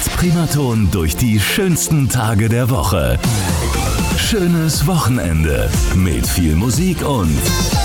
Primaton durch die schönsten Tage der Woche. Schönes Wochenende mit viel Musik und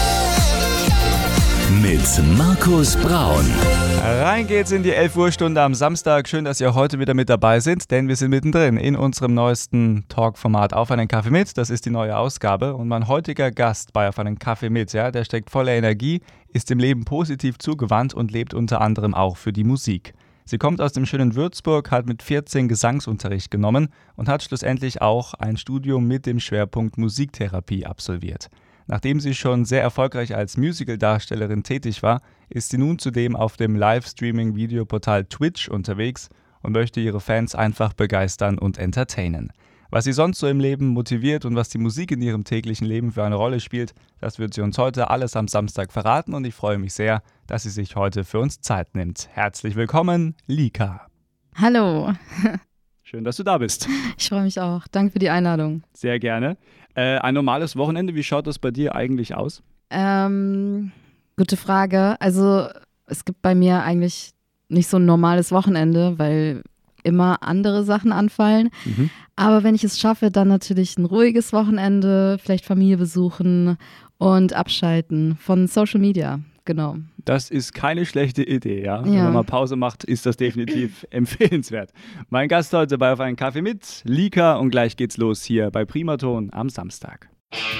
mit Markus Braun. Rein geht's in die 11 Uhr Stunde am Samstag. Schön, dass ihr heute wieder mit dabei seid, denn wir sind mittendrin in unserem neuesten Talk-Format Auf einen Kaffee mit. Das ist die neue Ausgabe und mein heutiger Gast bei Auf einen Kaffee mit, der steckt voller Energie, ist dem Leben positiv zugewandt und lebt unter anderem auch für die Musik. Sie kommt aus dem schönen Würzburg, hat mit 14 Gesangsunterricht genommen und hat schlussendlich auch ein Studium mit dem Schwerpunkt Musiktherapie absolviert. Nachdem sie schon sehr erfolgreich als Musical-Darstellerin tätig war, ist sie nun zudem auf dem Livestreaming-Videoportal Twitch unterwegs und möchte ihre Fans einfach begeistern und entertainen. Was sie sonst so im Leben motiviert und was die Musik in ihrem täglichen Leben für eine Rolle spielt, das wird sie uns heute alles am Samstag verraten und ich freue mich sehr, dass sie sich heute für uns Zeit nimmt. Herzlich willkommen, Lika. Hallo. Schön, dass du da bist. Ich freue mich auch. Danke für die Einladung. Sehr gerne. Ein normales Wochenende, wie schaut das bei dir eigentlich aus? Gute Frage. Also es gibt bei mir eigentlich nicht so ein normales Wochenende, weil immer andere Sachen anfallen. Aber wenn ich es schaffe, dann natürlich ein ruhiges Wochenende, vielleicht Familie besuchen und abschalten von Social Media. Genau. Das ist keine schlechte Idee, ja. Wenn man mal Pause macht, ist das definitiv empfehlenswert. Mein Gast heute bei Auf einen Kaffee mit, Lika, und gleich geht's los hier bei Primaton am Samstag.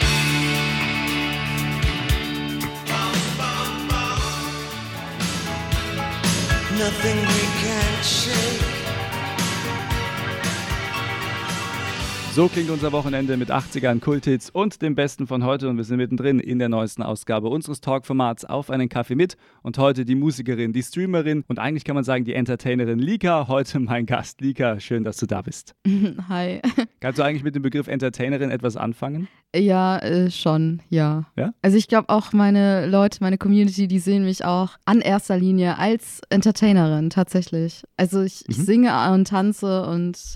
Nothing we can't shake. So klingt unser Wochenende mit 80ern, Kulthits und dem Besten von heute und wir sind mittendrin in der neuesten Ausgabe unseres Talk-Formats Auf einen Kaffee mit und heute die Musikerin, die Streamerin und eigentlich kann man sagen die Entertainerin Lika, heute mein Gast. Lika, schön, dass du da bist. Hi. Kannst du eigentlich mit dem Begriff Entertainerin etwas anfangen? Ja, schon, ja. Also ich glaube auch meine Leute, meine Community, die sehen mich auch an erster Linie als Entertainerin tatsächlich. Also ich singe und tanze und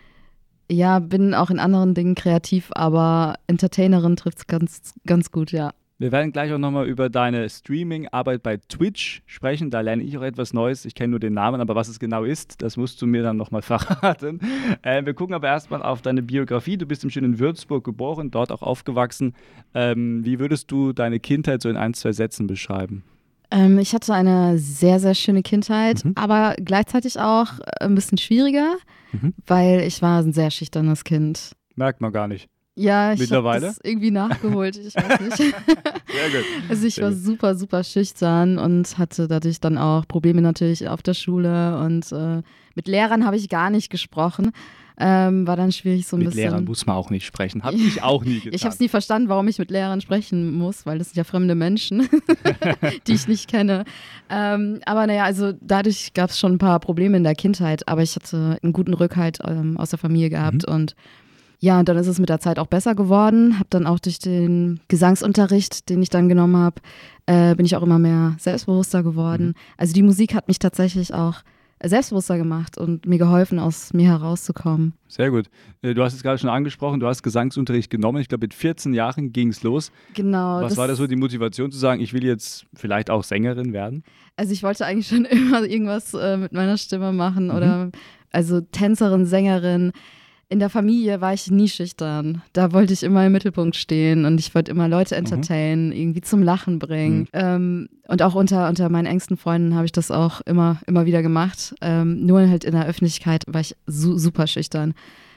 ja, bin auch in anderen Dingen kreativ, aber Entertainerin trifft es ganz, ganz gut, ja. Wir werden gleich auch nochmal über deine Streaming-Arbeit bei Twitch sprechen. Da lerne ich auch etwas Neues. Ich kenne nur den Namen, aber was es genau ist, das musst du mir dann nochmal verraten. Wir gucken aber erstmal auf deine Biografie. Du bist im schönen Würzburg geboren, dort auch aufgewachsen. Wie würdest du deine Kindheit so in 1, 2 Sätzen beschreiben? Ich hatte eine sehr, sehr schöne Kindheit, aber gleichzeitig auch ein bisschen schwieriger, weil ich war ein sehr schüchternes Kind. Merkt man gar nicht. Ja, ich habe das irgendwie nachgeholt, ich weiß nicht. Sehr gut. Also ich war super, super schüchtern und hatte dadurch dann auch Probleme natürlich auf der Schule und mit Lehrern habe ich gar nicht gesprochen. War dann schwierig so ein bisschen. Mit Lehrern muss man auch nicht sprechen. Habe ich auch nie getan. Ich habe es nie verstanden, warum ich mit Lehrern sprechen muss, weil das sind ja fremde Menschen, die ich nicht kenne. Aber naja, also dadurch gab es schon ein paar Probleme in der Kindheit, aber ich hatte einen guten Rückhalt aus der Familie gehabt und ja, und dann ist es mit der Zeit auch besser geworden. Habe dann auch durch den Gesangsunterricht, den ich dann genommen habe, bin ich auch immer mehr selbstbewusster geworden. Also die Musik hat mich tatsächlich auch selbstbewusster gemacht und mir geholfen, aus mir herauszukommen. Sehr gut. Du hast es gerade schon angesprochen, du hast Gesangsunterricht genommen. Ich glaube, mit 14 Jahren ging es los. Genau. Was war da so die Motivation zu sagen, ich will jetzt vielleicht auch Sängerin werden? Also ich wollte eigentlich schon immer irgendwas mit meiner Stimme machen oder also Tänzerin, Sängerin. In der Familie war ich nie schüchtern. Da wollte ich immer im Mittelpunkt stehen und ich wollte immer Leute entertainen, irgendwie zum Lachen bringen. Und auch unter meinen engsten Freunden habe ich das auch immer wieder gemacht. Nur halt in der Öffentlichkeit war ich super schüchtern.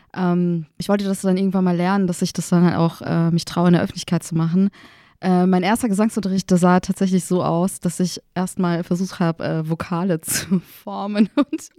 Ich wollte das dann irgendwann mal lernen, dass ich das dann halt auch mich traue, in der Öffentlichkeit zu machen. Mein erster Gesangsunterricht, das sah tatsächlich so aus, dass ich erstmal versucht habe, Vokale zu formen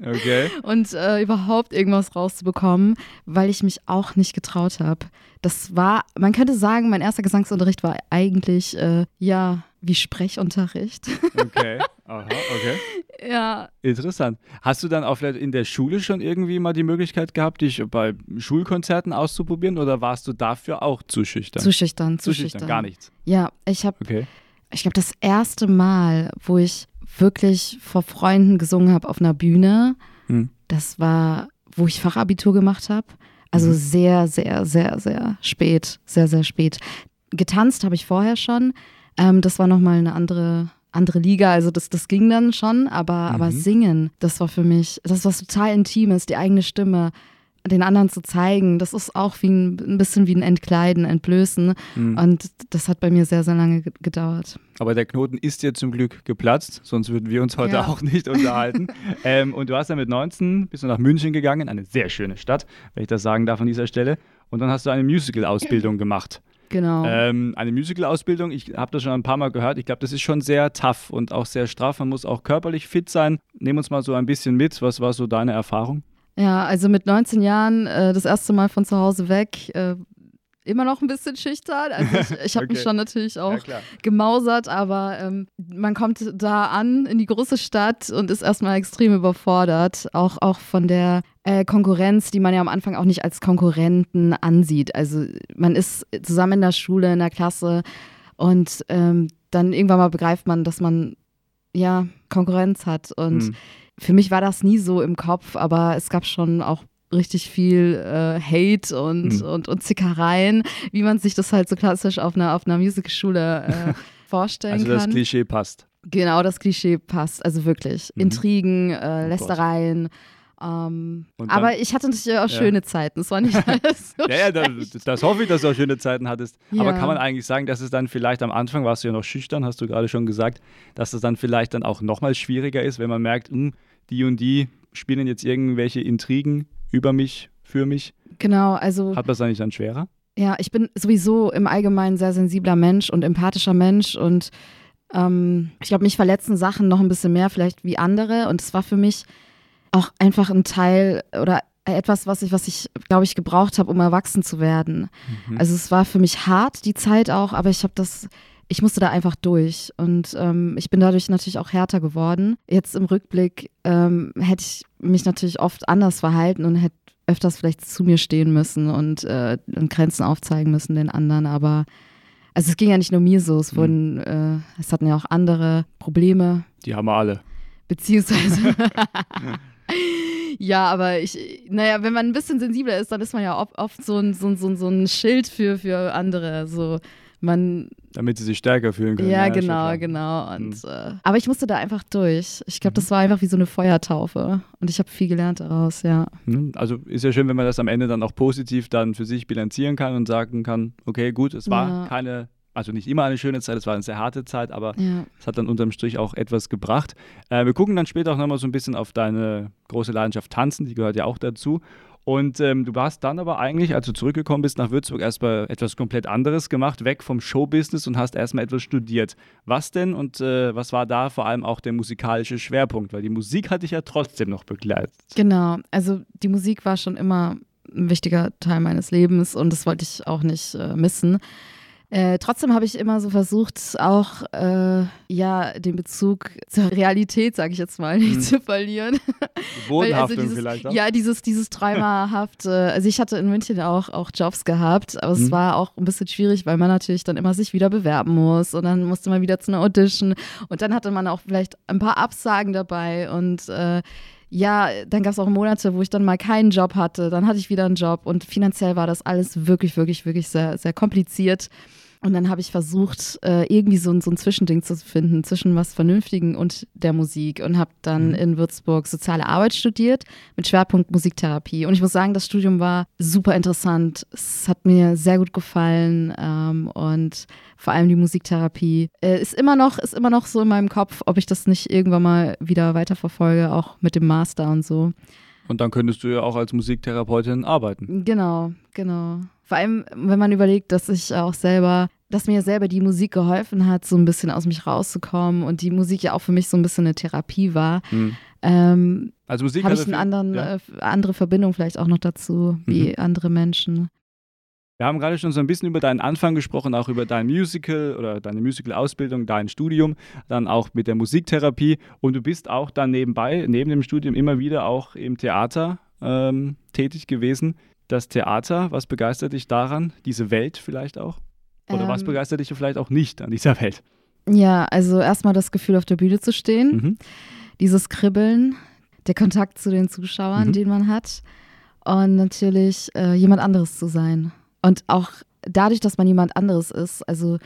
und überhaupt irgendwas rauszubekommen, weil ich mich auch nicht getraut habe. Das war, man könnte sagen, mein erster Gesangsunterricht war eigentlich, wie Sprechunterricht. Okay, aha, okay. Ja. Interessant. Hast du dann auch vielleicht in der Schule schon irgendwie mal die Möglichkeit gehabt, dich bei Schulkonzerten auszuprobieren oder warst du dafür auch zu schüchtern? Zu schüchtern. Gar nichts? Ja, ich glaube, das erste Mal, wo ich wirklich vor Freunden gesungen habe auf einer Bühne, das war, wo ich Fachabitur gemacht habe. Also sehr, sehr, sehr, sehr spät. Sehr, sehr spät. Getanzt habe ich vorher schon. Das war nochmal eine andere andere Liga, also das ging dann schon, aber singen, das war für mich, das ist was total Intimes, die eigene Stimme den anderen zu zeigen, das ist auch wie ein bisschen wie ein Entkleiden, Entblößen und das hat bei mir sehr, sehr lange gedauert. Aber der Knoten ist dir zum Glück geplatzt, sonst würden wir uns heute auch nicht unterhalten. Und du hast dann mit 19, bist du nach München gegangen, eine sehr schöne Stadt, wenn ich das sagen darf an dieser Stelle, und dann hast du eine Musical-Ausbildung gemacht. Genau. Eine Musical-Ausbildung, ich habe das schon ein paar Mal gehört, ich glaube, das ist schon sehr tough und auch sehr straff, man muss auch körperlich fit sein. Nimm uns mal so ein bisschen mit, was war so deine Erfahrung? Ja, also mit 19 Jahren das erste Mal von zu Hause weg, immer noch ein bisschen schüchtern. Also ich habe mich schon natürlich auch gemausert, aber man kommt da an in die große Stadt und ist erstmal extrem überfordert, auch von der Konkurrenz, die man ja am Anfang auch nicht als Konkurrenten ansieht. Also man ist zusammen in der Schule, in der Klasse und dann irgendwann mal begreift man, dass man ja Konkurrenz hat und für mich war das nie so im Kopf, aber es gab schon auch richtig viel Hate und Zickereien, wie man sich das halt so klassisch auf einer Musicalschule vorstellen kann. Also das Klischee passt. Genau, das Klischee passt, also wirklich. Intrigen, Lästereien. Aber ich hatte natürlich auch schöne Zeiten, es war nicht alles so das hoffe ich, dass du auch schöne Zeiten hattest. Ja. Aber kann man eigentlich sagen, dass es dann vielleicht am Anfang, warst du ja noch schüchtern, hast du gerade schon gesagt, dass es dann vielleicht dann auch nochmal schwieriger ist, wenn man merkt, die und die spielen jetzt irgendwelche Intrigen über mich, für mich. Genau, also. Hat das eigentlich dann schwerer? Ja, ich bin sowieso im Allgemeinen sehr sensibler Mensch und empathischer Mensch und ich glaube, mich verletzen Sachen noch ein bisschen mehr vielleicht wie andere und es war für mich auch einfach ein Teil oder etwas, was ich glaube ich, gebraucht habe, um erwachsen zu werden. Also es war für mich hart, die Zeit auch, aber ich musste da einfach durch und ich bin dadurch natürlich auch härter geworden. Jetzt im Rückblick hätte ich mich natürlich oft anders verhalten und hätte öfters vielleicht zu mir stehen müssen und Grenzen aufzeigen müssen den anderen, aber also es ging ja nicht nur mir so, es hatten ja auch andere Probleme. Die haben wir alle. Beziehungsweise ja, aber wenn man ein bisschen sensibler ist, dann ist man ja oft so ein Schild für andere, so damit sie sich stärker fühlen können. Ja, genau. Und, aber ich musste da einfach durch. Ich glaube, das war einfach wie so eine Feuertaufe. Und ich habe viel gelernt daraus, ja. Also ist ja schön, wenn man das am Ende dann auch positiv dann für sich bilanzieren kann und sagen kann, okay, gut, es war also nicht immer eine schöne Zeit, es war eine sehr harte Zeit, aber es hat dann unterm Strich auch etwas gebracht. Wir gucken dann später auch nochmal so ein bisschen auf deine große Leidenschaft Tanzen, die gehört ja auch dazu. Und du warst dann aber eigentlich, als du zurückgekommen bist nach Würzburg, erstmal etwas komplett anderes gemacht, weg vom Showbusiness und hast erstmal etwas studiert. Was denn und was war da vor allem auch der musikalische Schwerpunkt? Weil die Musik hat dich ja trotzdem noch begleitet. Genau, also die Musik war schon immer ein wichtiger Teil meines Lebens und das wollte ich auch nicht missen. Trotzdem habe ich immer so versucht, auch den Bezug zur Realität, sage ich jetzt mal, nicht zu verlieren. Die Bodenhaftung vielleicht auch? Ja, dieses Träumerhafte. Also ich hatte in München auch Jobs gehabt, aber es war auch ein bisschen schwierig, weil man natürlich dann immer sich wieder bewerben muss und dann musste man wieder zu einer Audition und dann hatte man auch vielleicht ein paar Absagen dabei und dann gab es auch Monate, wo ich dann mal keinen Job hatte, dann hatte ich wieder einen Job und finanziell war das alles wirklich, wirklich, wirklich sehr, sehr kompliziert. Und dann habe ich versucht, irgendwie so ein Zwischending zu finden zwischen was Vernünftigen und der Musik und habe dann in Würzburg Soziale Arbeit studiert mit Schwerpunkt Musiktherapie. Und ich muss sagen, das Studium war super interessant. Es hat mir sehr gut gefallen und vor allem die Musiktherapie ist immer noch so in meinem Kopf, ob ich das nicht irgendwann mal wieder weiterverfolge, auch mit dem Master und so. Und dann könntest du ja auch als Musiktherapeutin arbeiten. Genau. Vor allem, wenn man überlegt, dass mir selber die Musik geholfen hat, so ein bisschen aus mich rauszukommen und die Musik ja auch für mich so ein bisschen eine Therapie war. Also Musik habe ich eine andere Verbindung vielleicht auch noch dazu, wie andere Menschen. Wir haben gerade schon so ein bisschen über deinen Anfang gesprochen, auch über dein Musical oder deine Musical-Ausbildung, dein Studium, dann auch mit der Musiktherapie und du bist auch dann neben dem Studium immer wieder auch im Theater tätig gewesen. Das Theater, was begeistert dich daran? Diese Welt vielleicht auch? Oder was begeistert dich vielleicht auch nicht an dieser Welt? Ja, also erstmal das Gefühl, auf der Bühne zu stehen, dieses Kribbeln, der Kontakt zu den Zuschauern, den man hat und natürlich jemand anderes zu sein. Und auch dadurch, dass man jemand anderes ist, also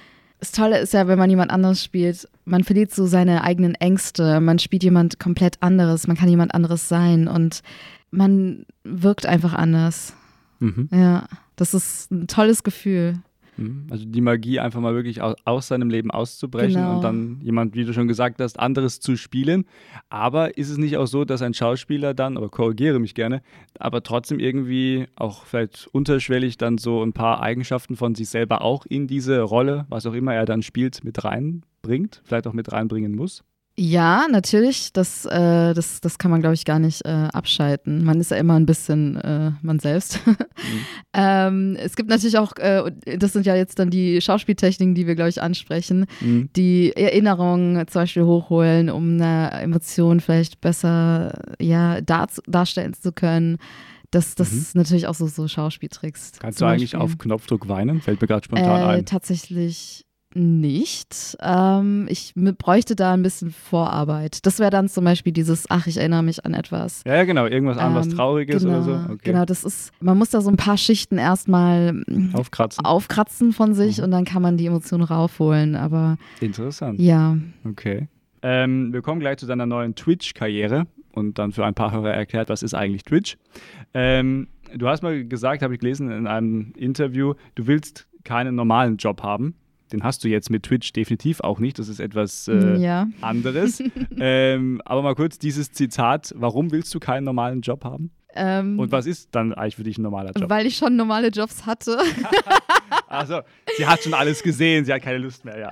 Das Tolle ist ja, wenn man jemand anderes spielt, man verliert so seine eigenen Ängste, man spielt jemand komplett anderes, man kann jemand anderes sein und man wirkt einfach anders. Ja, das ist ein tolles Gefühl. Also die Magie einfach mal wirklich aus seinem Leben auszubrechen und dann jemand, wie du schon gesagt hast, anderes zu spielen. Aber ist es nicht auch so, dass ein Schauspieler dann, aber korrigiere mich gerne, aber trotzdem irgendwie auch vielleicht unterschwellig dann so ein paar Eigenschaften von sich selber auch in diese Rolle, was auch immer er dann spielt, mit reinbringt, vielleicht auch mit reinbringen muss? Ja, natürlich. Das kann man, glaube ich, gar nicht abschalten. Man ist ja immer ein bisschen man selbst. Es gibt natürlich auch, das sind ja jetzt dann die Schauspieltechniken, die wir, glaube ich, ansprechen, die Erinnerungen zum Beispiel hochholen, um eine Emotion vielleicht besser darstellen zu können. Das ist natürlich auch so Schauspieltricks. Kannst du eigentlich auf Knopfdruck weinen? Fällt mir gerade spontan ein. Tatsächlich nicht. Ich bräuchte da ein bisschen Vorarbeit. Das wäre dann zum Beispiel dieses, ich erinnere mich an etwas. Ja, genau, irgendwas an was Trauriges genau, oder so. Okay. Genau, man muss da so ein paar Schichten erstmal aufkratzen von sich und dann kann man die Emotionen raufholen, aber interessant. Ja. Okay. Wir kommen gleich zu deiner neuen Twitch-Karriere und dann für ein paar Hörer erklärt, was ist eigentlich Twitch. Du hast mal gesagt, habe ich gelesen in einem Interview, du willst keinen normalen Job haben. Den hast du jetzt mit Twitch definitiv auch nicht. Das ist etwas anderes. Aber mal kurz dieses Zitat. Warum willst du keinen normalen Job haben? Und was ist dann eigentlich für dich ein normaler Job? Weil ich schon normale Jobs hatte. Also, sie hat schon alles gesehen. Sie hat keine Lust mehr.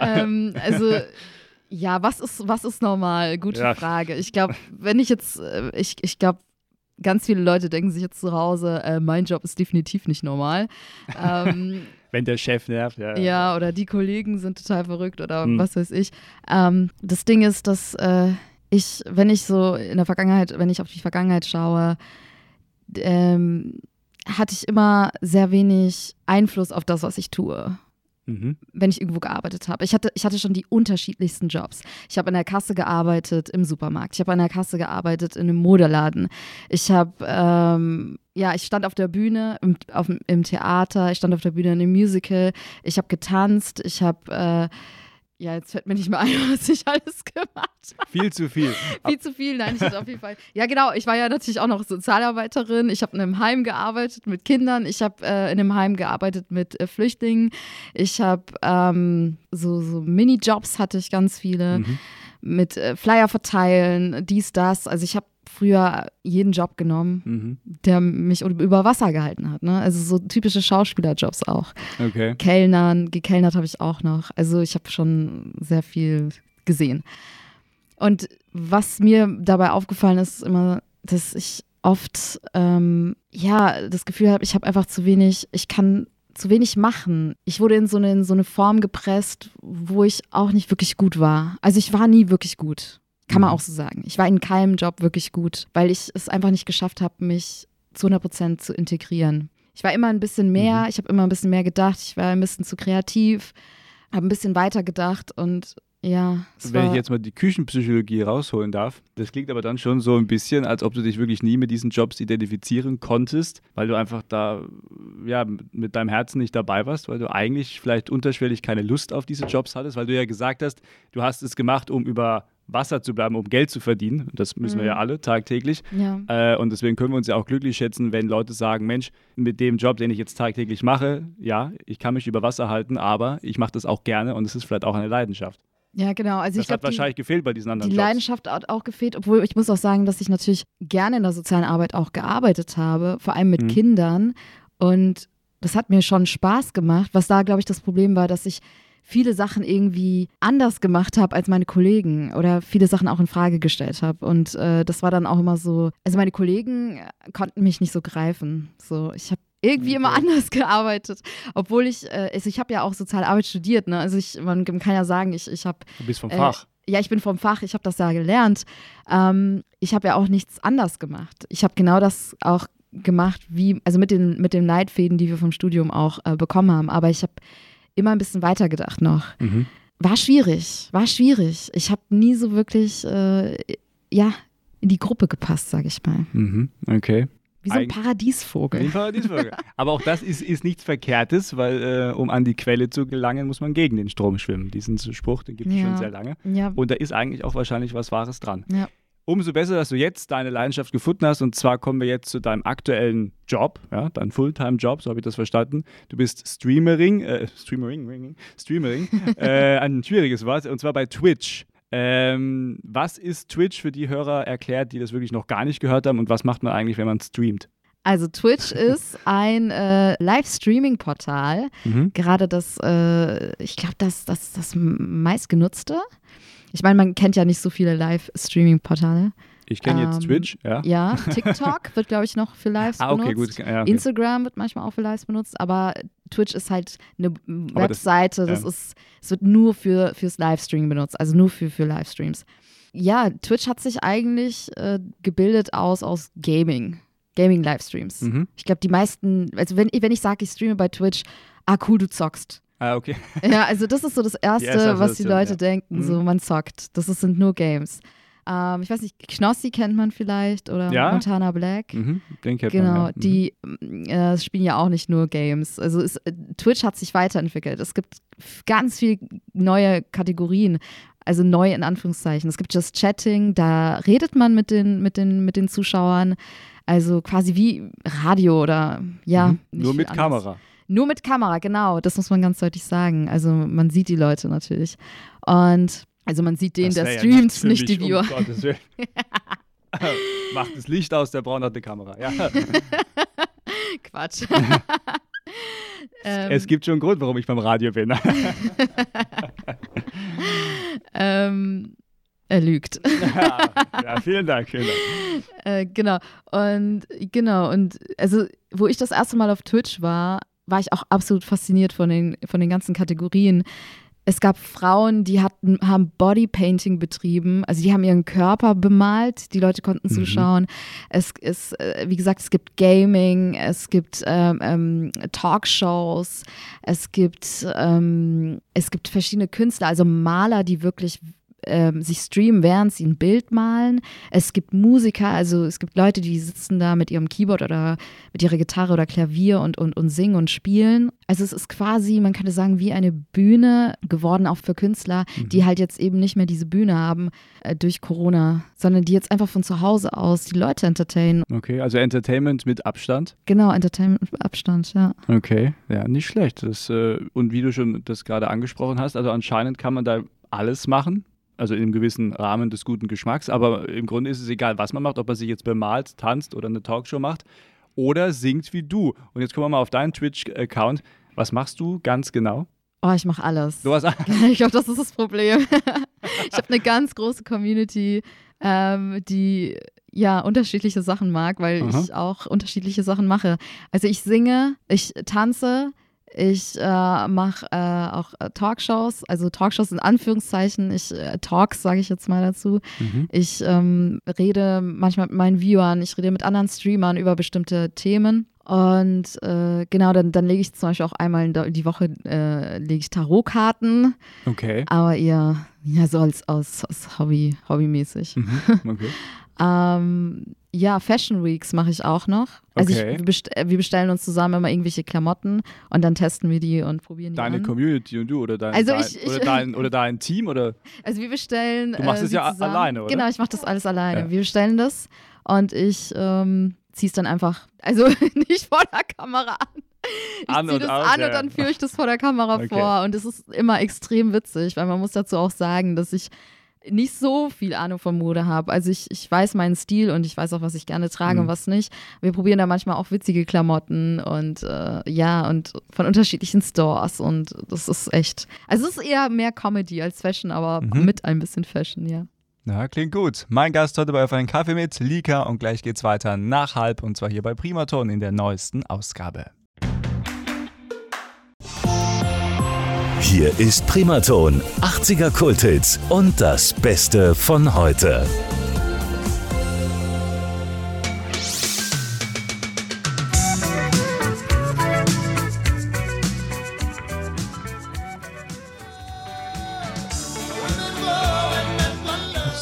Ja. Was ist normal? Gute Frage. Ich glaube, ich glaube, ganz viele Leute denken sich jetzt zu Hause, mein Job ist definitiv nicht normal. Wenn der Chef nervt, ja. Ja, oder die Kollegen sind total verrückt oder was weiß ich. Das Ding ist, dass wenn ich auf die Vergangenheit schaue, hatte ich immer sehr wenig Einfluss auf das, was ich tue. Wenn ich irgendwo gearbeitet habe. Ich hatte schon die unterschiedlichsten Jobs. Ich habe in der Kasse gearbeitet im Supermarkt. Ich habe an der Kasse gearbeitet in einem Modeladen. Ich stand auf der Bühne im Theater. Ich stand auf der Bühne in einem Musical. Ich habe getanzt. Ich habe jetzt fällt mir nicht mehr ein, was ich alles gemacht habe. Viel zu viel. Viel zu viel, nein, ich hatte auf jeden Fall. Ja, genau, ich war ja natürlich auch noch Sozialarbeiterin. Ich habe in einem Heim gearbeitet mit Kindern. Ich habe in einem Heim gearbeitet mit Flüchtlingen. Ich habe so Minijobs hatte ich ganz viele. Mit Flyer verteilen, dies, das. Also ich habe früher jeden Job genommen, der mich über Wasser gehalten hat. Ne? Also so typische Schauspielerjobs auch. Okay. Gekellnert habe ich auch noch. Also ich habe schon sehr viel gesehen. Und was mir dabei aufgefallen ist immer, dass ich oft das Gefühl habe, ich habe einfach ich kann zu wenig machen. Ich wurde in so eine Form gepresst, wo ich auch nicht wirklich gut war. Also ich war nie wirklich gut. Kann man auch so sagen. Ich war in keinem Job wirklich gut, weil ich es einfach nicht geschafft habe, mich zu 100% zu integrieren. Ich war immer ein bisschen mehr, ich habe immer ein bisschen mehr gedacht, ich war ein bisschen zu kreativ, habe ein bisschen weiter gedacht und ja. Wenn ich jetzt mal die Küchenpsychologie rausholen darf, das klingt aber dann schon so ein bisschen, als ob du dich wirklich nie mit diesen Jobs identifizieren konntest, weil du einfach da mit deinem Herzen nicht dabei warst, weil du eigentlich vielleicht unterschwellig keine Lust auf diese Jobs hattest, weil du ja gesagt hast, du hast es gemacht, um über Wasser zu bleiben, um Geld zu verdienen. Das müssen wir ja alle tagtäglich. Ja. Und deswegen können wir uns ja auch glücklich schätzen, wenn Leute sagen, Mensch, mit dem Job, den ich jetzt tagtäglich mache, ja, ich kann mich über Wasser halten, aber ich mache das auch gerne und es ist vielleicht auch eine Leidenschaft. Ja, genau. Also das hat wahrscheinlich gefehlt bei diesen anderen Jobs. Die Leidenschaft hat auch gefehlt, obwohl ich muss auch sagen, dass ich natürlich gerne in der sozialen Arbeit auch gearbeitet habe, vor allem mit Kindern. Und das hat mir schon Spaß gemacht. Was da, glaube ich, das Problem war, dass ich viele Sachen irgendwie anders gemacht habe als meine Kollegen oder viele Sachen auch in Frage gestellt habe. Und das war dann auch immer so, also meine Kollegen konnten mich nicht so greifen. So, ich habe irgendwie immer anders gearbeitet, obwohl ich habe ja auch soziale Arbeit studiert, ne? Also man kann ja sagen, ich habe... Du bist vom Fach. Ja, ich bin vom Fach, ich habe das ja gelernt. Ich habe ja auch nichts anders gemacht. Ich habe genau das auch gemacht, also mit den Leitfäden, die wir vom Studium auch bekommen haben. Aber ich habe immer ein bisschen weiter gedacht noch. War schwierig. Ich habe nie so wirklich in die Gruppe gepasst, sage ich mal. Okay. Wie so ein Paradiesvogel. Wie ein Paradiesvogel. Aber auch das ist nichts Verkehrtes, weil um an die Quelle zu gelangen, muss man gegen den Strom schwimmen. Diesen Spruch, den gibt es schon sehr lange. Ja. Und da ist eigentlich auch wahrscheinlich was Wahres dran. Ja. Umso besser, dass du jetzt deine Leidenschaft gefunden hast. Und zwar kommen wir jetzt zu deinem aktuellen Job, ja, dein Fulltime-Job, so habe ich das verstanden. Du bist Streamerin, ein schwieriges Wort, und zwar bei Twitch. Was ist Twitch für die Hörer erklärt, die das wirklich noch gar nicht gehört haben, und was macht man eigentlich, wenn man streamt? Also Twitch ist ein Live-Streaming-Portal, gerade ich glaube, das meistgenutzte. Ich meine, man kennt ja nicht so viele Live-Streaming-Portale. Ich kenne jetzt Twitch, ja. Ja, TikTok wird, glaube ich, noch für Lives benutzt. Okay, gut. Ja, okay. Instagram wird manchmal auch für Lives benutzt, aber Twitch ist halt eine Webseite, es wird nur fürs Livestreaming benutzt, also nur für Livestreams. Ja, Twitch hat sich eigentlich gebildet aus Gaming-Livestreams. Ich glaube, die meisten, also wenn ich sage, ich streame bei Twitch, cool, du zockst. Okay. Ja, also das ist so das Erste, was die Leute denken, so man zockt. Sind nur Games. Ich weiß nicht, Knossi kennt man vielleicht oder Montana Black. Den kennt man, ja. Die spielen ja auch nicht nur Games. Also Twitch hat sich weiterentwickelt. Es gibt ganz viele neue Kategorien, also neu in Anführungszeichen. Es gibt Just Chatting, da redet man mit den Zuschauern, also quasi wie Radio oder nur mit Kamera. Nur mit Kamera, genau, das muss man ganz deutlich sagen. Also man sieht die Leute natürlich. Und also man sieht den, der streamt, nicht die Viewer. Macht das Licht aus, der braucht noch eine Kamera. Ja. Quatsch. Es gibt schon einen Grund, warum ich beim Radio bin. Er lügt. Ja, vielen Dank. Genau. Und also, wo ich das erste Mal auf Twitch war ich auch absolut fasziniert von den ganzen Kategorien. Es gab Frauen, die haben Bodypainting betrieben, also die haben ihren Körper bemalt, die Leute konnten zuschauen. Es ist, wie gesagt, es gibt Gaming, es gibt Talkshows, es gibt verschiedene Künstler, also Maler, die wirklich sich streamen, während sie ein Bild malen. Es gibt Musiker, also es gibt Leute, die sitzen da mit ihrem Keyboard oder mit ihrer Gitarre oder Klavier und singen und spielen. Also es ist quasi, man könnte sagen, wie eine Bühne geworden, auch für Künstler, die halt jetzt eben nicht mehr diese Bühne haben durch Corona, sondern die jetzt einfach von zu Hause aus die Leute entertainen. Okay, also Entertainment mit Abstand? Genau, Entertainment mit Abstand, ja. Okay, ja, nicht schlecht. Und wie du schon das gerade angesprochen hast, also anscheinend kann man da alles machen. Also in einem gewissen Rahmen des guten Geschmacks, aber im Grunde ist es egal, was man macht, ob man sich jetzt bemalt, tanzt oder eine Talkshow macht oder singt wie du. Und jetzt kommen wir mal auf deinen Twitch-Account. Was machst du ganz genau? Oh, ich mache alles. Du hast Ich glaube, das ist das Problem. Ich habe eine ganz große Community, die unterschiedliche Sachen mag, weil ich auch unterschiedliche Sachen mache. Also ich singe, ich tanze, ich mache auch Talkshows, also Talkshows in Anführungszeichen, Talks sage ich jetzt mal dazu. Ich rede manchmal mit meinen Viewern, ich rede mit anderen Streamern über bestimmte Themen. Und genau, dann lege ich zum Beispiel auch einmal die Woche lege ich Tarotkarten. Okay. Aber eher so als hobbymäßig. Okay. Fashion Weeks mache ich auch noch. Also okay. Wir bestellen uns zusammen immer irgendwelche Klamotten und dann testen wir die und probieren die an. Deine Community und du oder dein Team? Oder? Also wir bestellen. Du machst es ja zusammen. Alleine, oder? Genau, ich mache das alles alleine. Ja. Wir bestellen das und ich ziehe es dann einfach, also nicht vor der Kamera an. Ich ziehe das an und dann führe ich das vor der Kamera vor. Und es ist immer extrem witzig, weil man muss dazu auch sagen, dass ich nicht so viel Ahnung von Mode habe. Also ich weiß meinen Stil und ich weiß auch, was ich gerne trage und was nicht. Wir probieren da manchmal auch witzige Klamotten und und von unterschiedlichen Stores und das ist echt, also es ist eher mehr Comedy als Fashion, aber mit ein bisschen Fashion, ja. Na, klingt gut. Mein Gast heute bei Auf einen Kaffee mit Lika und gleich geht's weiter nach 1:30 und zwar hier bei Primaton in der neuesten Ausgabe. Hier ist Primaton, 80er Kulthits und das Beste von heute.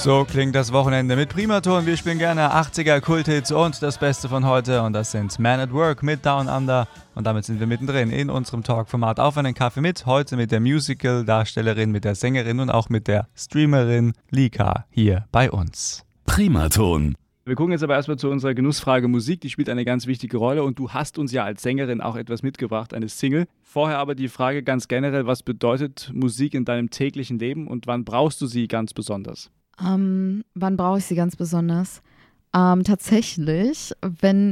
So klingt das Wochenende mit Primaton. Wir spielen gerne 80er Kulthits und das Beste von heute. Und das sind Man at Work mit Down Under. Und damit sind wir mittendrin in unserem Talkformat Auf einen Kaffee mit. Heute mit der Musical-Darstellerin, mit der Sängerin und auch mit der Streamerin Lika hier bei uns. Primaton. Wir gucken jetzt aber erstmal zu unserer Genussfrage Musik. Die spielt eine ganz wichtige Rolle und du hast uns ja als Sängerin auch etwas mitgebracht, eine Single. Vorher aber die Frage ganz generell, was bedeutet Musik in deinem täglichen Leben und wann brauchst du sie ganz besonders? Wann brauche ich sie ganz besonders? Tatsächlich, wenn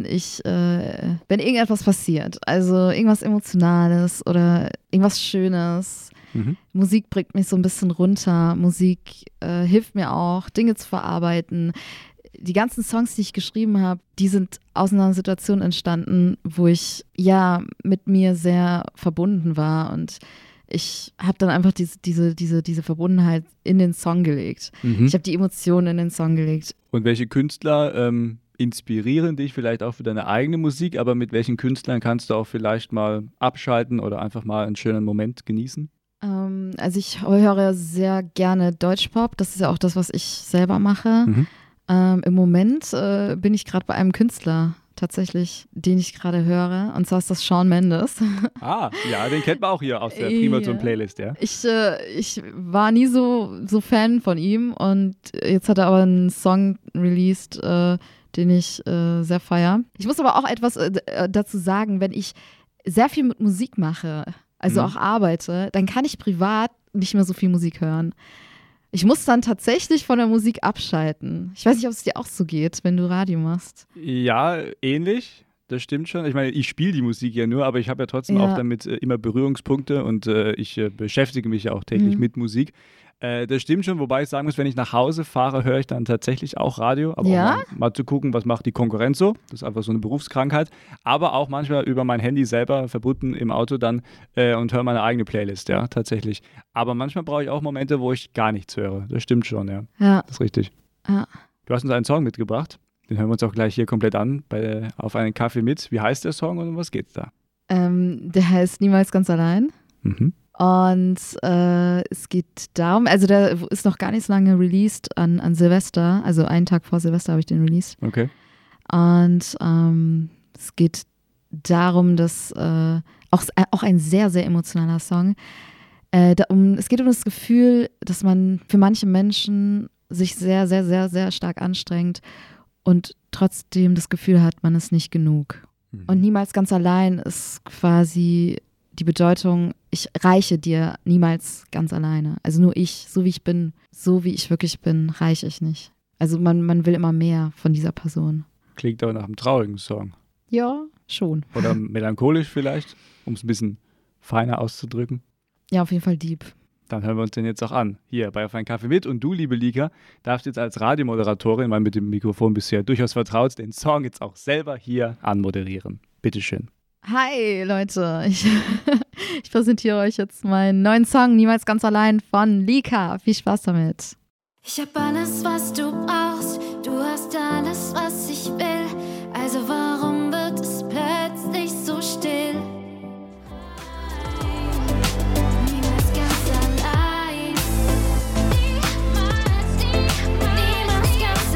irgendetwas passiert, also irgendwas Emotionales oder irgendwas Schönes. Musik bringt mich so ein bisschen runter. Musik hilft mir auch, Dinge zu verarbeiten. Die ganzen Songs, die ich geschrieben habe, die sind aus einer Situation entstanden, wo ich ja mit mir sehr verbunden war und ich habe dann einfach diese Verbundenheit in den Song gelegt. Ich habe die Emotionen in den Song gelegt. Und welche Künstler inspirieren dich vielleicht auch für deine eigene Musik, aber mit welchen Künstlern kannst du auch vielleicht mal abschalten oder einfach mal einen schönen Moment genießen? Also ich höre sehr gerne Deutschpop, das ist ja auch das, was ich selber mache. Im Moment bin ich gerade bei einem Künstler tatsächlich, den ich gerade höre. Und zwar ist das Shawn Mendes. Ah, ja, den kennt man auch hier aus der Primaton-Playlist, ja. Ich war nie so Fan von ihm und jetzt hat er aber einen Song released, den ich sehr feiere. Ich muss aber auch etwas dazu sagen, wenn ich sehr viel mit Musik mache, also auch arbeite, dann kann ich privat nicht mehr so viel Musik hören. Ich muss dann tatsächlich von der Musik abschalten. Ich weiß nicht, ob es dir auch so geht, wenn du Radio machst. Ja, ähnlich. Das stimmt schon. Ich meine, ich spiele die Musik ja nur, aber ich habe ja trotzdem auch damit immer Berührungspunkte und ich beschäftige mich ja auch täglich mit Musik. Das stimmt schon, wobei ich sagen muss, wenn ich nach Hause fahre, höre ich dann tatsächlich auch Radio. Aber auch mal zu gucken, was macht die Konkurrenz so. Das ist einfach so eine Berufskrankheit. Aber auch manchmal über mein Handy selber verbunden im Auto dann und höre meine eigene Playlist, ja, tatsächlich. Aber manchmal brauche ich auch Momente, wo ich gar nichts höre. Das stimmt schon, ja. Das ist richtig. Ja. Du hast uns einen Song mitgebracht. Den hören wir uns auch gleich hier komplett an, auf einen Kaffee mit. Wie heißt der Song und um was geht's da? Der heißt Niemals ganz allein. Und es geht darum, also der ist noch gar nicht so lange released an Silvester, also einen Tag vor Silvester habe ich den released. Okay. Und es geht darum, dass auch ein sehr, sehr emotionaler Song. Es geht um das Gefühl, dass man für manche Menschen sich sehr, sehr, sehr, sehr stark anstrengt und trotzdem das Gefühl hat, man ist nicht genug. Und niemals ganz allein ist quasi die Bedeutung, ich reiche dir niemals ganz alleine. Also nur ich, so wie ich bin, so wie ich wirklich bin, reiche ich nicht. Also man will immer mehr von dieser Person. Klingt aber nach einem traurigen Song. Ja, schon. Oder melancholisch vielleicht, um es ein bisschen feiner auszudrücken. Ja, auf jeden Fall deep. Dann hören wir uns den jetzt auch an. Hier bei Auf einen Kaffee mit. Und du, liebe Lika, darfst jetzt als Radiomoderatorin, weil mit dem Mikrofon bist du ja durchaus vertraut, den Song jetzt auch selber hier anmoderieren. Bitteschön. Hi Leute, ich präsentiere euch jetzt meinen neuen Song Niemals ganz allein von Lika. Viel Spaß damit. Ich hab alles, was du brauchst, du hast alles, was ich will. Also warum wird es plötzlich so still? Niemals ganz allein. Niemals ganz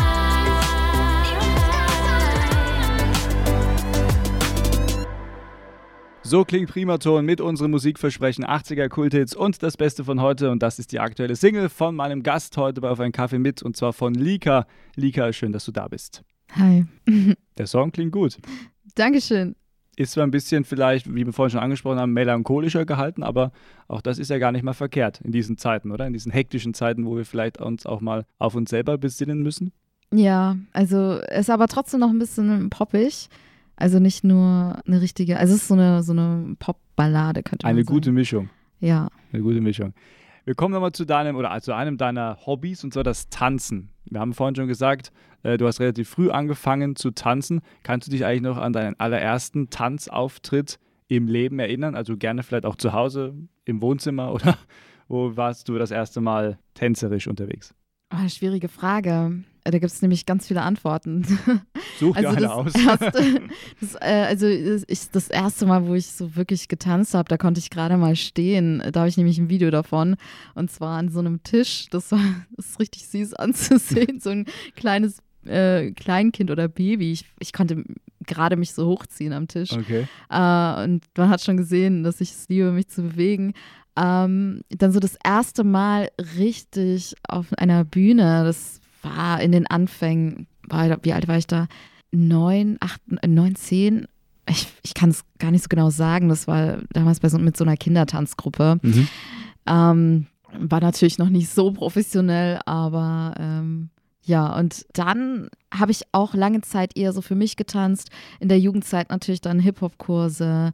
allein. So klingt Primaton mit unserem Musikversprechen 80er Kulthits und das Beste von heute. Und das ist die aktuelle Single von meinem Gast heute bei Auf einen Kaffee mit und zwar von Lika. Lika, schön, dass du da bist. Hi. Der Song klingt gut. Dankeschön. Ist zwar ein bisschen vielleicht, wie wir vorhin schon angesprochen haben, melancholischer gehalten, aber auch das ist ja gar nicht mal verkehrt in diesen Zeiten, oder? In diesen hektischen Zeiten, wo wir vielleicht uns auch mal auf uns selber besinnen müssen. Ja, also es ist aber trotzdem noch ein bisschen poppig. Also nicht nur eine richtige, also es ist so eine Popballade, könnte man sagen. Eine gute Mischung. Ja. Eine gute Mischung. Wir kommen nochmal zu einem deiner Hobbys, und zwar das Tanzen. Wir haben vorhin schon gesagt, du hast relativ früh angefangen zu tanzen. Kannst du dich eigentlich noch an deinen allerersten Tanzauftritt im Leben erinnern? Also gerne vielleicht auch zu Hause, im Wohnzimmer oder wo warst du das erste Mal tänzerisch unterwegs? Oh, schwierige Frage. Da gibt es nämlich ganz viele Antworten. Such dir Also eine das aus. das erste Mal, wo ich so wirklich getanzt habe, da konnte ich gerade mal stehen. Da habe ich nämlich ein Video davon. Und zwar an so einem Tisch. Das ist richtig süß anzusehen. So ein kleines Kleinkind oder Baby. Ich konnte gerade mich so hochziehen am Tisch. Okay. Und man hat schon gesehen, dass ich es liebe, mich zu bewegen. Dann so das erste Mal richtig auf einer Bühne, das war in den Anfängen, wie alt war ich da? 9, 10? Ich kann es gar nicht so genau sagen. Das war damals mit so einer Kindertanzgruppe. Mhm. War natürlich noch nicht so professionell, aber ja, und dann habe ich auch lange Zeit eher so für mich getanzt. In der Jugendzeit natürlich dann Hip-Hop-Kurse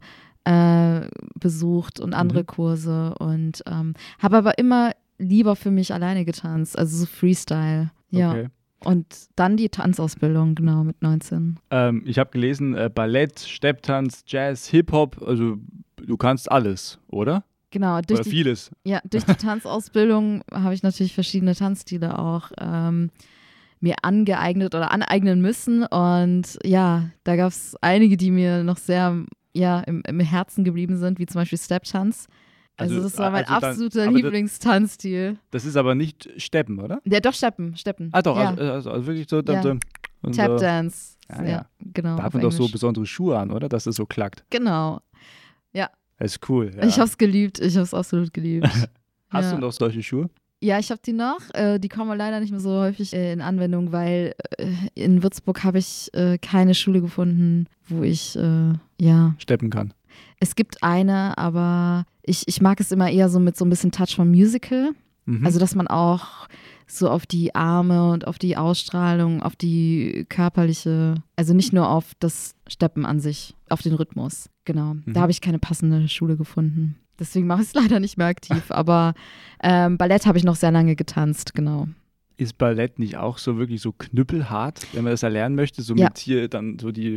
besucht und andere Kurse und habe aber immer lieber für mich alleine getanzt, also so Freestyle. Ja. Okay. Und dann die Tanzausbildung, genau, mit 19. Ich habe gelesen, Ballett, Stepptanz, Jazz, Hip-Hop, also du kannst alles, oder? Genau, Oder vieles. Ja, durch die Tanzausbildung habe ich natürlich verschiedene Tanzstile auch mir angeeignet oder aneignen müssen. Und ja, da gab es einige, die mir noch sehr im Herzen geblieben sind, wie zum Beispiel Stepptanz. Also das war mein absoluter Lieblingstanzstil. Das ist aber nicht Steppen, oder? Ja, doch Steppen. Ah doch, ja. also wirklich so. Ja. Tapdance. Ja. Ja, genau. Da hat man doch so besondere Schuhe an, oder? Dass es so klackt. Genau. Ja. Das ist cool. Ja. Ich habe es geliebt. Ich habe es absolut geliebt. Hast du noch solche Schuhe? Ja, ich habe die noch. Die kommen leider nicht mehr so häufig in Anwendung, weil in Würzburg habe ich keine Schule gefunden, wo ich steppen kann. Es gibt eine, aber ich mag es immer eher so mit so ein bisschen Touch vom Musical. Mhm. Also, dass man auch so auf die Arme und auf die Ausstrahlung, auf die körperliche, also nicht nur auf das Steppen an sich, auf den Rhythmus. Genau. Da habe ich keine passende Schule gefunden. Deswegen mache ich es leider nicht mehr aktiv. Aber Ballett habe ich noch sehr lange getanzt, genau. Ist Ballett nicht auch so wirklich so knüppelhart, wenn man das erlernen möchte? So Ja. mit hier dann so die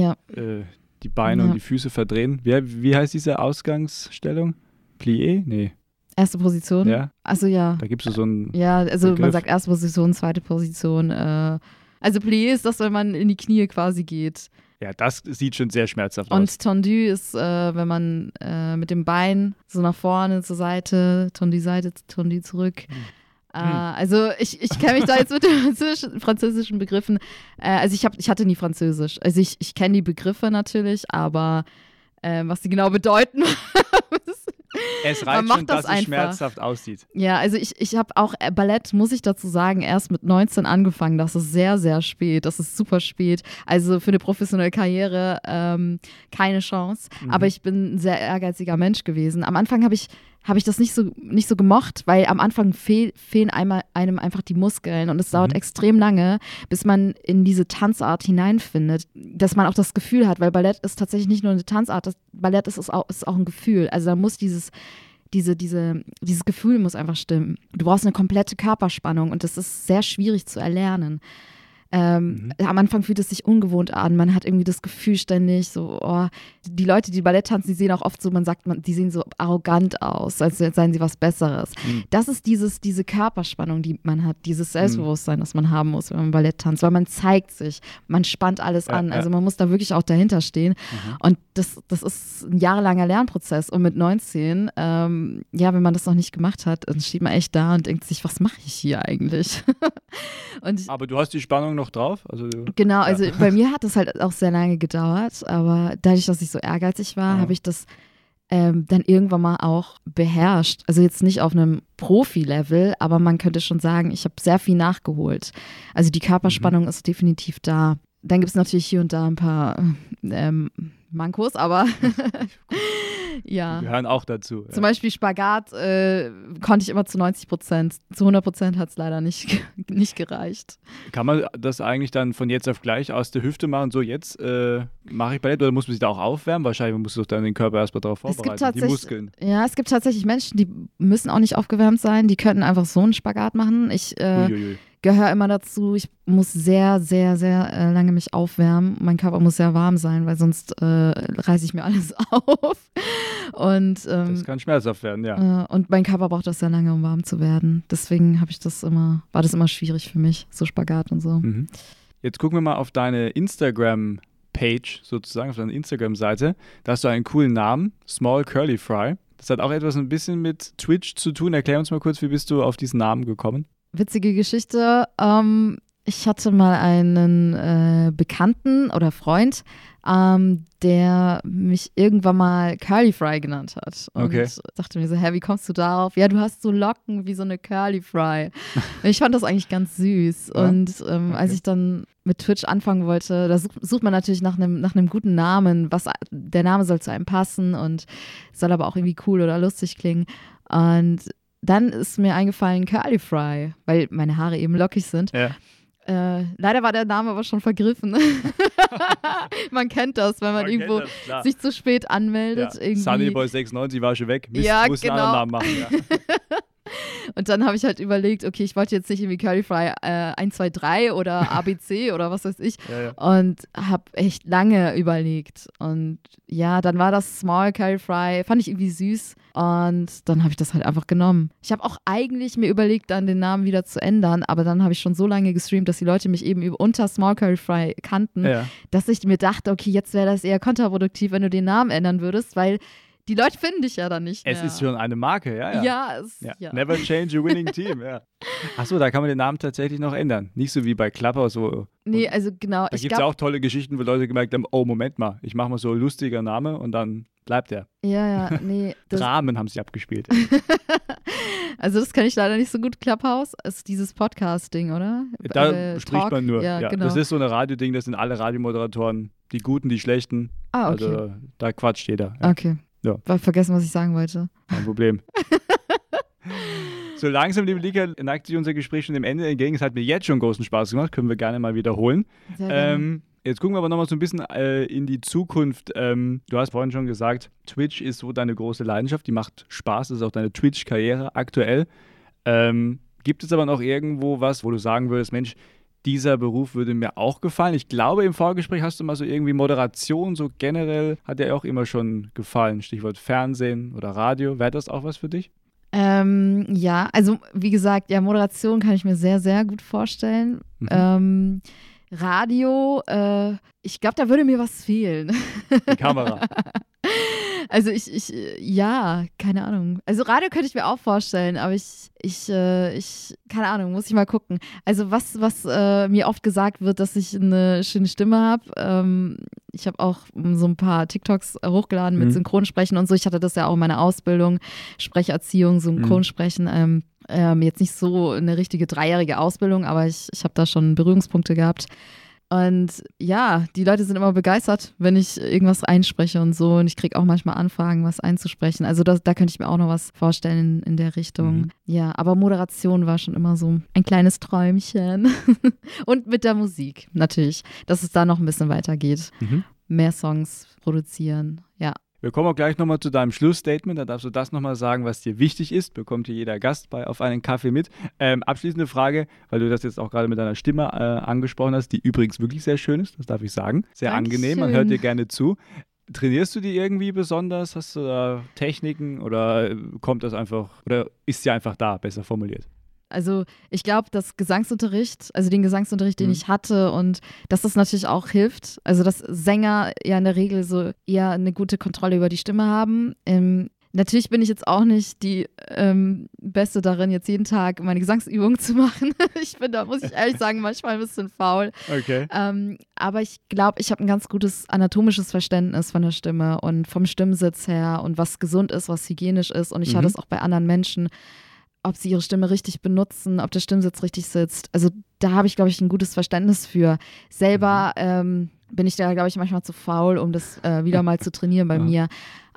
Beine Ja. und die Füße verdrehen. Wie heißt diese Ausgangsstellung? Plié? Nee. Erste Position? Ja. Also ja. Da gibt es so einen Ja, also Begriff. man sagt erste Position, zweite Position. Also Plié ist das, wenn man in die Knie quasi geht. Ja, das sieht schon sehr schmerzhaft aus. Und Tendu ist, wenn man mit dem Bein so nach vorne zur Seite, Tendu Seite, Tendu zurück. Also ich kenne mich da jetzt mit den französischen Begriffen. Also ich hatte nie Französisch. Also ich kenne die Begriffe natürlich, aber was die genau bedeuten, Es man reicht macht schon, das dass es einfach. schmerzhaft aussieht. Ja, also ich habe auch Ballett, muss ich dazu sagen, erst mit 19 angefangen. Das ist sehr, sehr spät. Das ist super spät. Also für eine professionelle Karriere keine Chance. Aber ich bin ein sehr ehrgeiziger Mensch gewesen. Am Anfang habe ich das nicht so gemocht, weil am Anfang fehlen einem einfach die Muskeln und es dauert extrem lange, bis man in diese Tanzart hineinfindet, dass man auch das Gefühl hat, weil Ballett ist tatsächlich nicht nur eine Tanzart, Ballett ist auch ein Gefühl. Also da muss dieses Gefühl muss einfach stimmen. Du brauchst eine komplette Körperspannung und das ist sehr schwierig zu erlernen. Am Anfang fühlt es sich ungewohnt an. Man hat irgendwie das Gefühl ständig so, die Leute, die Ballett tanzen, die sehen auch oft so, die sehen so arrogant aus, als seien sie was Besseres. Das ist diese Körperspannung, die man hat, dieses Selbstbewusstsein, das man haben muss, wenn man Ballett tanzt, weil man zeigt sich, man spannt alles an. Also man muss da wirklich auch dahinter stehen. Und das ist ein jahrelanger Lernprozess. Und mit 19, wenn man das noch nicht gemacht hat, dann steht man echt da und denkt sich, was mache ich hier eigentlich? Aber du hast die Spannung noch drauf? Genau, also bei mir hat das halt auch sehr lange gedauert, aber dadurch, dass ich so ehrgeizig war, habe ich das dann irgendwann mal auch beherrscht. Also jetzt nicht auf einem Profi-Level, aber man könnte schon sagen, ich habe sehr viel nachgeholt. Also die Körperspannung ist definitiv da. Dann gibt es natürlich hier und da ein paar Mankos, aber ja. Die gehören auch dazu. Zum Beispiel Spagat konnte ich immer zu 90%. Zu 100% hat es leider nicht gereicht. Kann man das eigentlich dann von jetzt auf gleich aus der Hüfte machen? So, jetzt mache ich Ballett oder muss man sich da auch aufwärmen? Wahrscheinlich musst du dann den Körper erstmal darauf vorbereiten, die Muskeln. Ja, es gibt tatsächlich Menschen, die müssen auch nicht aufgewärmt sein. Die können einfach so einen Spagat machen. Ich gehöre immer dazu. Ich muss sehr, sehr, sehr lange mich aufwärmen. Mein Körper muss sehr warm sein, weil sonst reiße ich mir alles auf. Und, das kann schmerzhaft werden, ja. Und mein Körper braucht das sehr lange, um warm zu werden. Deswegen war das immer schwierig für mich, so Spagat und so. Jetzt gucken wir mal auf deine Instagram-Page sozusagen, auf deine Instagram-Seite. Da hast du einen coolen Namen, Small Curly Fry. Das hat auch etwas ein bisschen mit Twitch zu tun. Erklär uns mal kurz, wie bist du auf diesen Namen gekommen? Witzige Geschichte. Ich hatte mal einen Bekannten oder Freund, der mich irgendwann mal Curly Fry genannt hat. Und dachte mir so, wie kommst du darauf? Ja, du hast so Locken wie so eine Curly Fry. Und ich fand das eigentlich ganz süß. Ja. Und als ich dann mit Twitch anfangen wollte, da sucht man natürlich nach einem guten Namen. Der Name soll zu einem passen und soll aber auch irgendwie cool oder lustig klingen. Und dann ist mir eingefallen Curly Fry, weil meine Haare eben lockig sind. Ja. Leider war der Name aber schon vergriffen. Man kennt das, wenn man irgendwo sich zu spät anmeldet. Ja. Sunnyboy96 war schon weg. Mist, muss einen anderen Namen machen. Ja. Und dann habe ich halt überlegt, okay, ich wollte jetzt nicht irgendwie Curly Fry 1, 2, 3 oder ABC oder was weiß ich. Ja. Und habe echt lange überlegt. Und ja, dann war das Small Curly Fry, fand ich irgendwie süß. Und dann habe ich das halt einfach genommen. Ich habe auch eigentlich mir überlegt, dann den Namen wieder zu ändern, aber dann habe ich schon so lange gestreamt, dass die Leute mich eben unter Small Curly Fry kannten, dass ich mir dachte, okay, jetzt wäre das eher kontraproduktiv, wenn du den Namen ändern würdest, weil die Leute finden dich ja dann nicht mehr. Es ist schon eine Marke, ja. Ja. Never change a winning team, ja. Achso, da kann man den Namen tatsächlich noch ändern. Nicht so wie bei Clubhouse. Nee, also genau. Da gibt es ja auch tolle Geschichten, wo Leute gemerkt haben, oh, Moment mal, ich mache mal so ein lustiger Name und dann bleibt er. Ja, nee. Dramen haben sie abgespielt. Also das kann ich leider nicht so gut, Clubhouse. Ist dieses Podcast-Ding, oder? Da spricht Talk. man nur. Ja, genau. Das ist so ein Radioding, das sind alle Radiomoderatoren, die Guten, die Schlechten. Okay. Also da quatscht jeder. Ja. Okay. Ja. War vergessen, was ich sagen wollte. Kein Problem. So langsam, liebe Lika, neigt sich unser Gespräch schon dem Ende entgegen. Es hat mir jetzt schon großen Spaß gemacht. Können wir gerne mal wiederholen. Sehr gerne. Jetzt gucken wir aber nochmal so ein bisschen in die Zukunft. Du hast vorhin schon gesagt, Twitch ist so deine große Leidenschaft. Die macht Spaß. Das ist auch deine Twitch-Karriere aktuell. Gibt es aber noch irgendwo was, wo du sagen würdest, Mensch, dieser Beruf würde mir auch gefallen. Ich glaube, im Vorgespräch hast du mal so irgendwie Moderation, so generell hat dir auch immer schon gefallen. Stichwort Fernsehen oder Radio. Wäre das auch was für dich? Ja, also wie gesagt, ja, Moderation kann ich mir sehr, sehr gut vorstellen. Radio, ich glaube, da würde mir was fehlen. Die Kamera. Also ja, keine Ahnung. Also Radio könnte ich mir auch vorstellen, aber keine Ahnung, muss ich mal gucken. Also was mir oft gesagt wird, dass ich eine schöne Stimme habe. Ich habe auch so ein paar TikToks hochgeladen mit Synchronsprechen und so. Ich hatte das ja auch in meiner Ausbildung, Sprecherziehung, Synchronsprechen. Jetzt nicht so eine richtige 3-jährige Ausbildung, aber ich habe da schon Berührungspunkte gehabt. Und ja, die Leute sind immer begeistert, wenn ich irgendwas einspreche und so. Und ich kriege auch manchmal Anfragen, was einzusprechen. Also da könnte ich mir auch noch was vorstellen in der Richtung. Ja, aber Moderation war schon immer so ein kleines Träumchen. Und mit der Musik natürlich, dass es da noch ein bisschen weitergeht. Mehr Songs produzieren, ja. Wir kommen auch gleich nochmal zu deinem Schlussstatement. Da darfst du das nochmal sagen, was dir wichtig ist. Bekommt hier jeder Gast bei Auf einen Kaffee mit. Abschließende Frage, weil du das jetzt auch gerade mit deiner Stimme angesprochen hast, die übrigens wirklich sehr schön ist, das darf ich sagen. Sehr angenehm, man hört dir gerne zu. Trainierst du die irgendwie besonders? Hast du da Techniken oder kommt das einfach, oder ist sie einfach da, besser formuliert? Also ich glaube, den Gesangsunterricht, den ich hatte und dass das natürlich auch hilft. Also dass Sänger ja in der Regel so eher eine gute Kontrolle über die Stimme haben. Natürlich bin ich jetzt auch nicht die Beste darin, jetzt jeden Tag meine Gesangsübungen zu machen. Ich bin da, muss ich ehrlich sagen, manchmal ein bisschen faul. Okay. Aber ich glaube, ich habe ein ganz gutes anatomisches Verständnis von der Stimme und vom Stimmsitz her und was gesund ist, was hygienisch ist. Und ich höre das auch bei anderen Menschen, ob sie ihre Stimme richtig benutzen, ob der Stimmsitz richtig sitzt. Also da habe ich, glaube ich, ein gutes Verständnis für. Selber bin ich da, glaube ich, manchmal zu faul, um das wieder mal zu trainieren bei mir.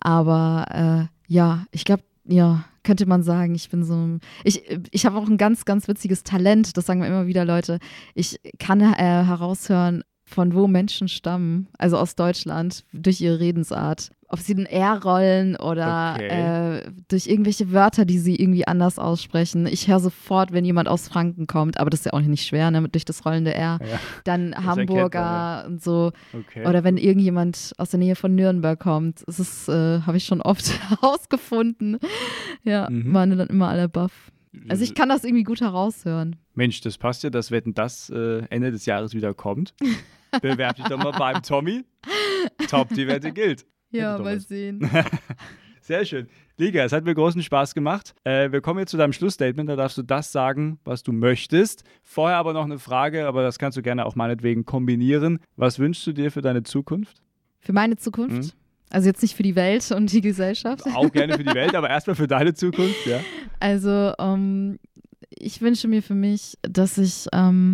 Aber ja, ich glaube, ja, könnte man sagen, ich bin so, ich habe auch ein ganz, ganz witziges Talent, das sagen mir immer wieder Leute. Ich kann heraushören, von wo Menschen stammen, also aus Deutschland, durch ihre Redensart. Ob sie den R rollen oder durch irgendwelche Wörter, die sie irgendwie anders aussprechen. Ich höre sofort, wenn jemand aus Franken kommt, aber das ist ja auch nicht schwer, ne, durch das rollende R. Ja, dann Hamburger und so. Okay. Oder wenn irgendjemand aus der Nähe von Nürnberg kommt. Das habe ich schon oft herausgefunden. Ja, waren dann immer alle baff. Also ich kann das irgendwie gut heraushören. Mensch, das passt ja, dass Wetten, das Ende des Jahres wieder kommt. Bewerb dich doch mal beim Tommy. Top, die Wette gilt. Ja, mal sehen. Sehr schön. Liga, es hat mir großen Spaß gemacht. Wir kommen jetzt zu deinem Schlussstatement. Da darfst du das sagen, was du möchtest. Vorher aber noch eine Frage, aber das kannst du gerne auch meinetwegen kombinieren. Was wünschst du dir für deine Zukunft? Für meine Zukunft? Also jetzt nicht für die Welt und die Gesellschaft. Auch gerne für die Welt, aber erstmal für deine Zukunft, ja. Also ich wünsche mir für mich, dass ich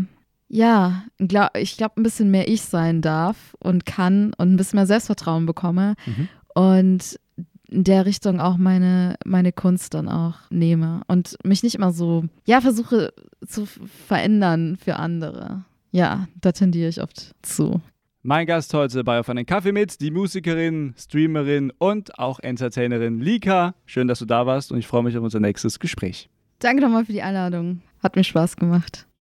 ich glaube, ein bisschen mehr ich sein darf und kann und ein bisschen mehr Selbstvertrauen bekomme und in der Richtung auch meine Kunst dann auch nehme und mich nicht immer so, versuche zu verändern für andere. Ja, da tendiere ich oft zu. Mein Gast heute bei Auf einen Kaffee mit, die Musikerin, Streamerin und auch Entertainerin Lika. Schön, dass du da warst und ich freue mich auf unser nächstes Gespräch. Danke nochmal für die Einladung. Hat mir Spaß gemacht.